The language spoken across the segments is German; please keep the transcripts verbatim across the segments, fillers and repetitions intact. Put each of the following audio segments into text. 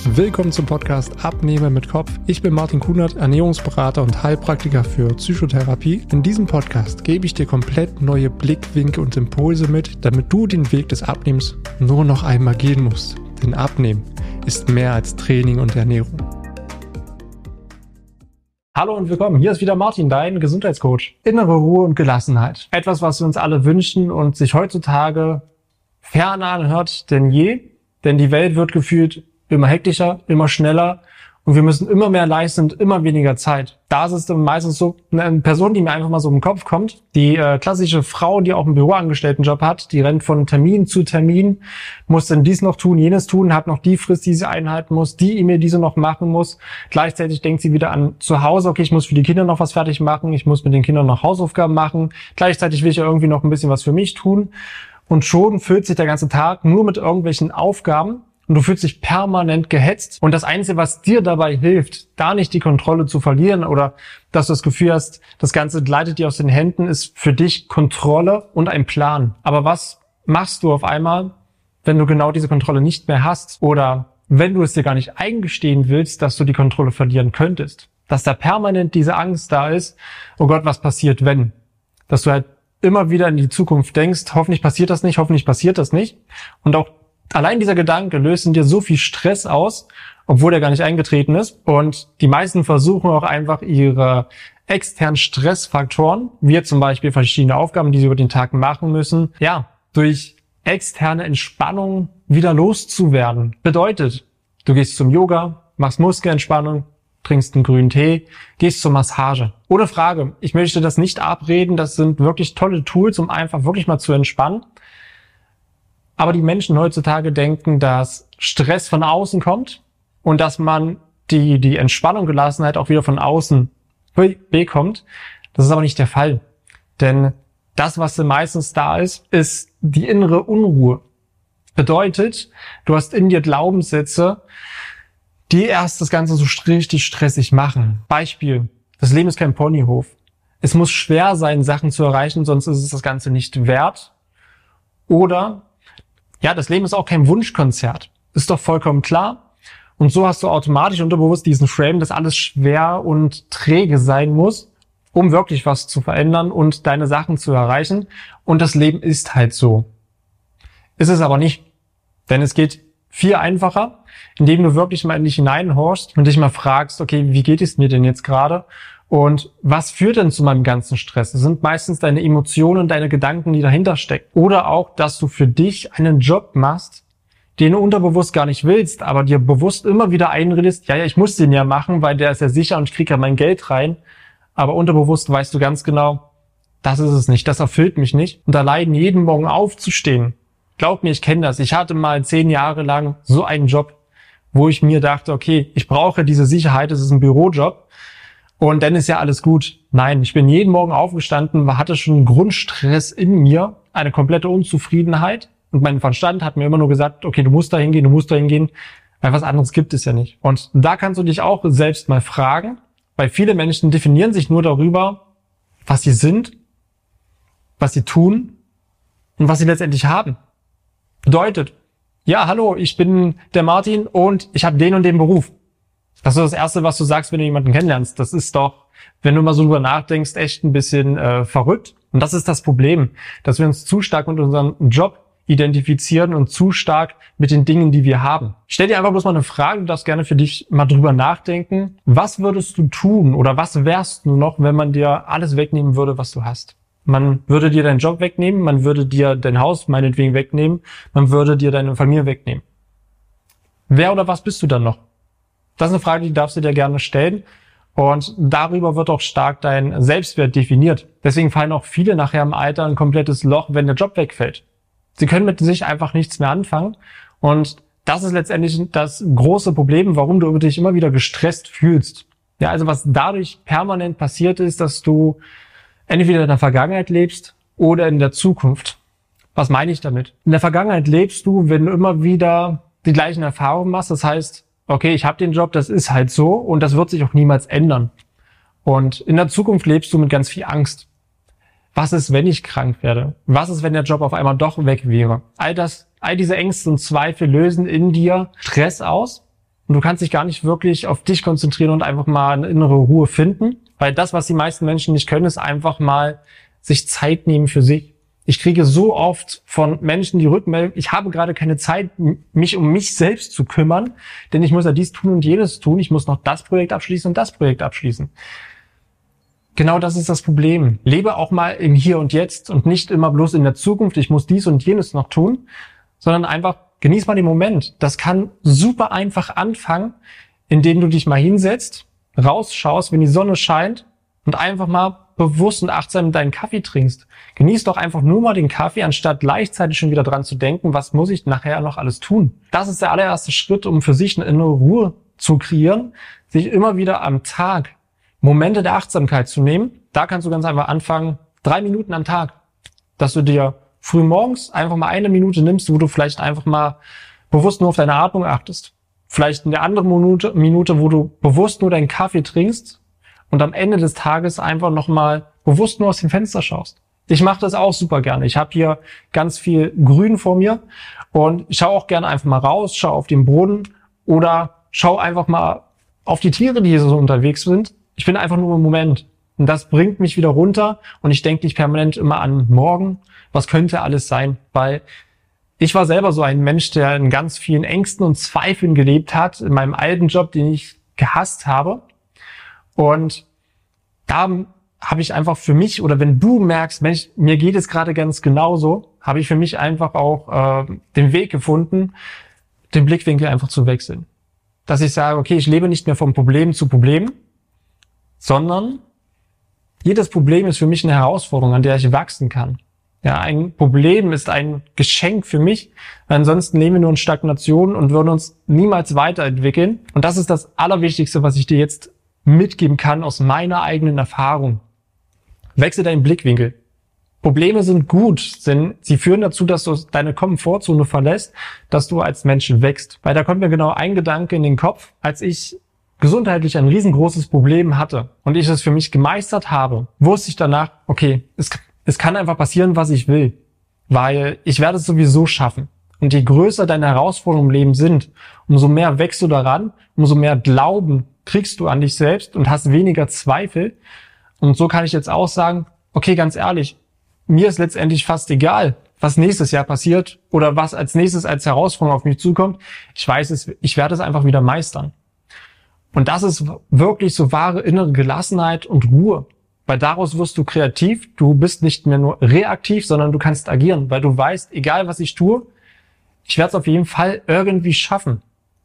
Willkommen zum Podcast Abnehmen mit Kopf. Ich bin Martin Kunert, Ernährungsberater und Heilpraktiker für Psychotherapie. In diesem Podcast gebe ich dir komplett neue Blickwinkel und Impulse mit, damit du den Weg des Abnehmens nur noch einmal gehen musst. Denn Abnehmen ist mehr als Training und Ernährung. Hallo und willkommen. Hier ist wieder Martin, dein Gesundheitscoach. Innere Ruhe und Gelassenheit. Etwas, was wir uns alle wünschen und sich heutzutage ferner anhört denn je. Denn die Welt wird gefühlt immer hektischer, immer schneller und wir müssen immer mehr leisten und immer weniger Zeit. Da ist es dann meistens so, eine Person, die mir einfach mal so im Kopf kommt, die äh, klassische Frau, die auch einen Büroangestelltenjob hat, die rennt von Termin zu Termin, muss dann dies noch tun, jenes tun, hat noch die Frist, die sie einhalten muss, die E-Mail, die sie noch machen muss. Gleichzeitig denkt sie wieder an zu Hause, okay, ich muss für die Kinder noch was fertig machen, ich muss mit den Kindern noch Hausaufgaben machen, gleichzeitig will ich ja irgendwie noch ein bisschen was für mich tun und schon füllt sich der ganze Tag nur mit irgendwelchen Aufgaben. Und du fühlst dich permanent gehetzt. Und das Einzige, was dir dabei hilft, da nicht die Kontrolle zu verlieren oder dass du das Gefühl hast, das Ganze gleitet dir aus den Händen, ist für dich Kontrolle und ein Plan. Aber was machst du auf einmal, wenn du genau diese Kontrolle nicht mehr hast? Oder wenn du es dir gar nicht eingestehen willst, dass du die Kontrolle verlieren könntest? Dass da permanent diese Angst da ist, oh Gott, was passiert, wenn? Dass du halt immer wieder in die Zukunft denkst, hoffentlich passiert das nicht, hoffentlich passiert das nicht. Und auch allein dieser Gedanke löst in dir so viel Stress aus, obwohl der gar nicht eingetreten ist. Und die meisten versuchen auch einfach ihre externen Stressfaktoren, wie zum Beispiel verschiedene Aufgaben, die sie über den Tag machen müssen, ja, durch externe Entspannung wieder loszuwerden. Bedeutet, du gehst zum Yoga, machst Muskelentspannung, trinkst einen grünen Tee, gehst zur Massage. Ohne Frage, ich möchte das nicht abreden, das sind wirklich tolle Tools, um einfach wirklich mal zu entspannen. Aber die Menschen heutzutage denken, dass Stress von außen kommt und dass man die, die Entspannung, Gelassenheit auch wieder von außen bekommt. Das ist aber nicht der Fall. Denn das, was meistens da ist, ist die innere Unruhe. Bedeutet, du hast in dir Glaubenssätze, die erst das Ganze so richtig stressig machen. Beispiel, das Leben ist kein Ponyhof. Es muss schwer sein, Sachen zu erreichen, sonst ist es das Ganze nicht wert. Oder ja, das Leben ist auch kein Wunschkonzert. Ist doch vollkommen klar. Und so hast du automatisch unterbewusst diesen Frame, dass alles schwer und träge sein muss, um wirklich was zu verändern und deine Sachen zu erreichen. Und das Leben ist halt so. Ist es aber nicht. Denn es geht viel einfacher, indem du wirklich mal in dich hineinhorchst und dich mal fragst, okay, wie geht es mir denn jetzt gerade? Und was führt denn zu meinem ganzen Stress? Das sind meistens deine Emotionen, deine Gedanken, die dahinter stecken. Oder auch, dass du für dich einen Job machst, den du unterbewusst gar nicht willst, aber dir bewusst immer wieder einredest, ja, ja, ich muss den ja machen, weil der ist ja sicher und ich kriege ja mein Geld rein. Aber unterbewusst weißt du ganz genau, das ist es nicht, das erfüllt mich nicht. Und allein jeden Morgen aufzustehen, glaub mir, ich kenne das. Ich hatte mal zehn Jahre lang so einen Job, wo ich mir dachte, okay, ich brauche diese Sicherheit, es ist ein Bürojob. Und dann ist ja alles gut. Nein, ich bin jeden Morgen aufgestanden, hatte schon einen Grundstress in mir, eine komplette Unzufriedenheit. Und mein Verstand hat mir immer nur gesagt, okay, du musst da hingehen, du musst da hingehen, weil was anderes gibt es ja nicht. Und da kannst du dich auch selbst mal fragen, weil viele Menschen definieren sich nur darüber, was sie sind, was sie tun und was sie letztendlich haben. Bedeutet, ja, hallo, ich bin der Martin und ich habe den und den Beruf. Das ist das Erste, was du sagst, wenn du jemanden kennenlernst. Das ist doch, wenn du mal so drüber nachdenkst, echt ein bisschen äh, verrückt. Und das ist das Problem, dass wir uns zu stark mit unserem Job identifizieren und zu stark mit den Dingen, die wir haben. Ich stell dir einfach bloß mal eine Frage, du darfst gerne für dich mal drüber nachdenken. Was würdest du tun oder was wärst du noch, wenn man dir alles wegnehmen würde, was du hast? Man würde dir deinen Job wegnehmen, man würde dir dein Haus meinetwegen wegnehmen, man würde dir deine Familie wegnehmen. Wer oder was bist du dann noch? Das ist eine Frage, die darfst du dir gerne stellen. Und darüber wird auch stark dein Selbstwert definiert. Deswegen fallen auch viele nachher im Alter ein komplettes Loch, wenn der Job wegfällt. Sie können mit sich einfach nichts mehr anfangen. Und das ist letztendlich das große Problem, warum du dich immer wieder gestresst fühlst. Ja, also was dadurch permanent passiert ist, dass du entweder in der Vergangenheit lebst oder in der Zukunft. Was meine ich damit? In der Vergangenheit lebst du, wenn du immer wieder die gleichen Erfahrungen machst. Das heißt, okay, ich habe den Job, das ist halt so und das wird sich auch niemals ändern. Und in der Zukunft lebst du mit ganz viel Angst. Was ist, wenn ich krank werde? Was ist, wenn der Job auf einmal doch weg wäre? All das, all diese Ängste und Zweifel lösen in dir Stress aus. und du kannst dich gar nicht wirklich auf dich konzentrieren und einfach mal eine innere Ruhe finden, weil das, was die meisten Menschen nicht können, ist einfach mal sich Zeit nehmen für sich. Ich kriege so oft von Menschen die Rückmeldung, ich habe gerade keine Zeit, mich um mich selbst zu kümmern, denn ich muss ja dies tun und jenes tun, ich muss noch das Projekt abschließen und das Projekt abschließen. Genau das ist das Problem. Lebe auch mal im Hier und Jetzt und nicht immer bloß in der Zukunft, ich muss dies und jenes noch tun, sondern einfach genieß mal den Moment. Das kann super einfach anfangen, indem du dich mal hinsetzt, rausschaust, wenn die Sonne scheint und einfach mal bewusst und achtsam deinen Kaffee trinkst. Genieß doch einfach nur mal den Kaffee, anstatt gleichzeitig schon wieder dran zu denken, was muss ich nachher noch alles tun. Das ist der allererste Schritt, um für sich eine innere Ruhe zu kreieren, sich immer wieder am Tag Momente der Achtsamkeit zu nehmen. Da kannst du ganz einfach anfangen, drei Minuten am Tag, dass du dir früh morgens einfach mal eine Minute nimmst, wo du vielleicht einfach mal bewusst nur auf deine Atmung achtest. Vielleicht eine andere Minute, Minute, wo du bewusst nur deinen Kaffee trinkst und am Ende des Tages einfach nochmal bewusst nur aus dem Fenster schaust. Ich mache das auch super gerne. Ich habe hier ganz viel Grün vor mir und ich schaue auch gerne einfach mal raus, schaue auf den Boden oder schaue einfach mal auf die Tiere, die hier so unterwegs sind. Ich bin einfach nur im Moment. Und das bringt mich wieder runter und ich denke nicht permanent immer an morgen, was könnte alles sein, weil ich war selber so ein Mensch, der in ganz vielen Ängsten und Zweifeln gelebt hat, in meinem alten Job, den ich gehasst habe. Und da habe ich einfach für mich, oder wenn du merkst, Mensch, mir geht es gerade ganz genauso, habe ich für mich einfach auch äh, den Weg gefunden, den Blickwinkel einfach zu wechseln. Dass ich sage, okay, ich lebe nicht mehr vom Problem zu Problem, sondern jedes Problem ist für mich eine Herausforderung, an der ich wachsen kann. Ja, ein Problem ist ein Geschenk für mich, weil ansonsten leben wir nur in Stagnation und würden uns niemals weiterentwickeln. Und das ist das Allerwichtigste, was ich dir jetzt mitgeben kann aus meiner eigenen Erfahrung. Wechsle deinen Blickwinkel. Probleme sind gut, denn sie führen dazu, dass du deine Komfortzone verlässt, dass du als Mensch wächst. Weil da kommt mir genau ein Gedanke in den Kopf, als ich gesundheitlich ein riesengroßes Problem hatte und ich es für mich gemeistert habe, wusste ich danach, okay, es, es kann einfach passieren, was ich will, weil ich werde es sowieso schaffen. Und je größer deine Herausforderungen im Leben sind, umso mehr wächst du daran, umso mehr Glauben kriegst du an dich selbst und hast weniger Zweifel. Und so kann ich jetzt auch sagen, okay, ganz ehrlich, mir ist letztendlich fast egal, was nächstes Jahr passiert oder was als nächstes als Herausforderung auf mich zukommt. Ich weiß es, ich werde es einfach wieder meistern. Und das ist wirklich so wahre innere Gelassenheit und Ruhe. Weil daraus wirst du kreativ, du bist nicht mehr nur reaktiv, sondern du kannst agieren, weil du weißt, egal was ich tue, ich werde es auf jeden Fall irgendwie schaffen.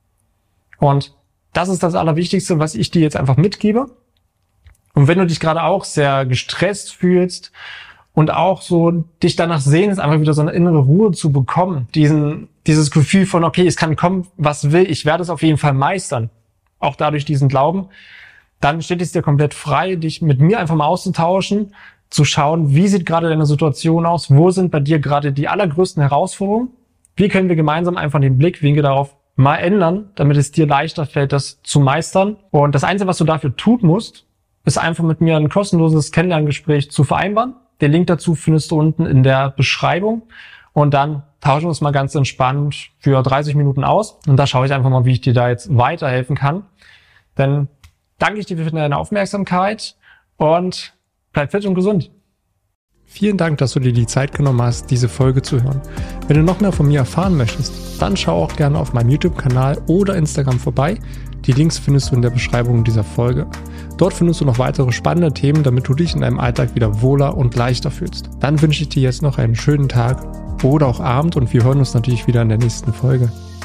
Und das ist das Allerwichtigste, was ich dir jetzt einfach mitgebe. Und wenn du dich gerade auch sehr gestresst fühlst und auch so dich danach sehnst, einfach wieder so eine innere Ruhe zu bekommen, diesen, dieses Gefühl von, okay, es kann kommen, was will, ich werde es auf jeden Fall meistern. Auch dadurch diesen Glauben, dann steht es dir komplett frei, dich mit mir einfach mal auszutauschen, zu schauen, wie sieht gerade deine Situation aus, wo sind bei dir gerade die allergrößten Herausforderungen, wie können wir gemeinsam einfach den Blickwinkel darauf mal ändern, damit es dir leichter fällt, das zu meistern. Und das Einzige, was du dafür tun musst, ist einfach mit mir ein kostenloses Kennenlerngespräch zu vereinbaren. Den Link dazu findest du unten in der Beschreibung und dann tauschen wir uns mal ganz entspannt für dreißig Minuten aus. Und da schaue ich einfach mal, wie ich dir da jetzt weiterhelfen kann. Dann danke ich dir für deine Aufmerksamkeit und bleib fit und gesund. Vielen Dank, dass du dir die Zeit genommen hast, diese Folge zu hören. Wenn du noch mehr von mir erfahren möchtest, dann schau auch gerne auf meinem YouTube-Kanal oder Instagram vorbei. Die Links findest du in der Beschreibung dieser Folge. Dort findest du noch weitere spannende Themen, damit du dich in deinem Alltag wieder wohler und leichter fühlst. Dann wünsche ich dir jetzt noch einen schönen Tag oder auch Abend und wir hören uns natürlich wieder in der nächsten Folge.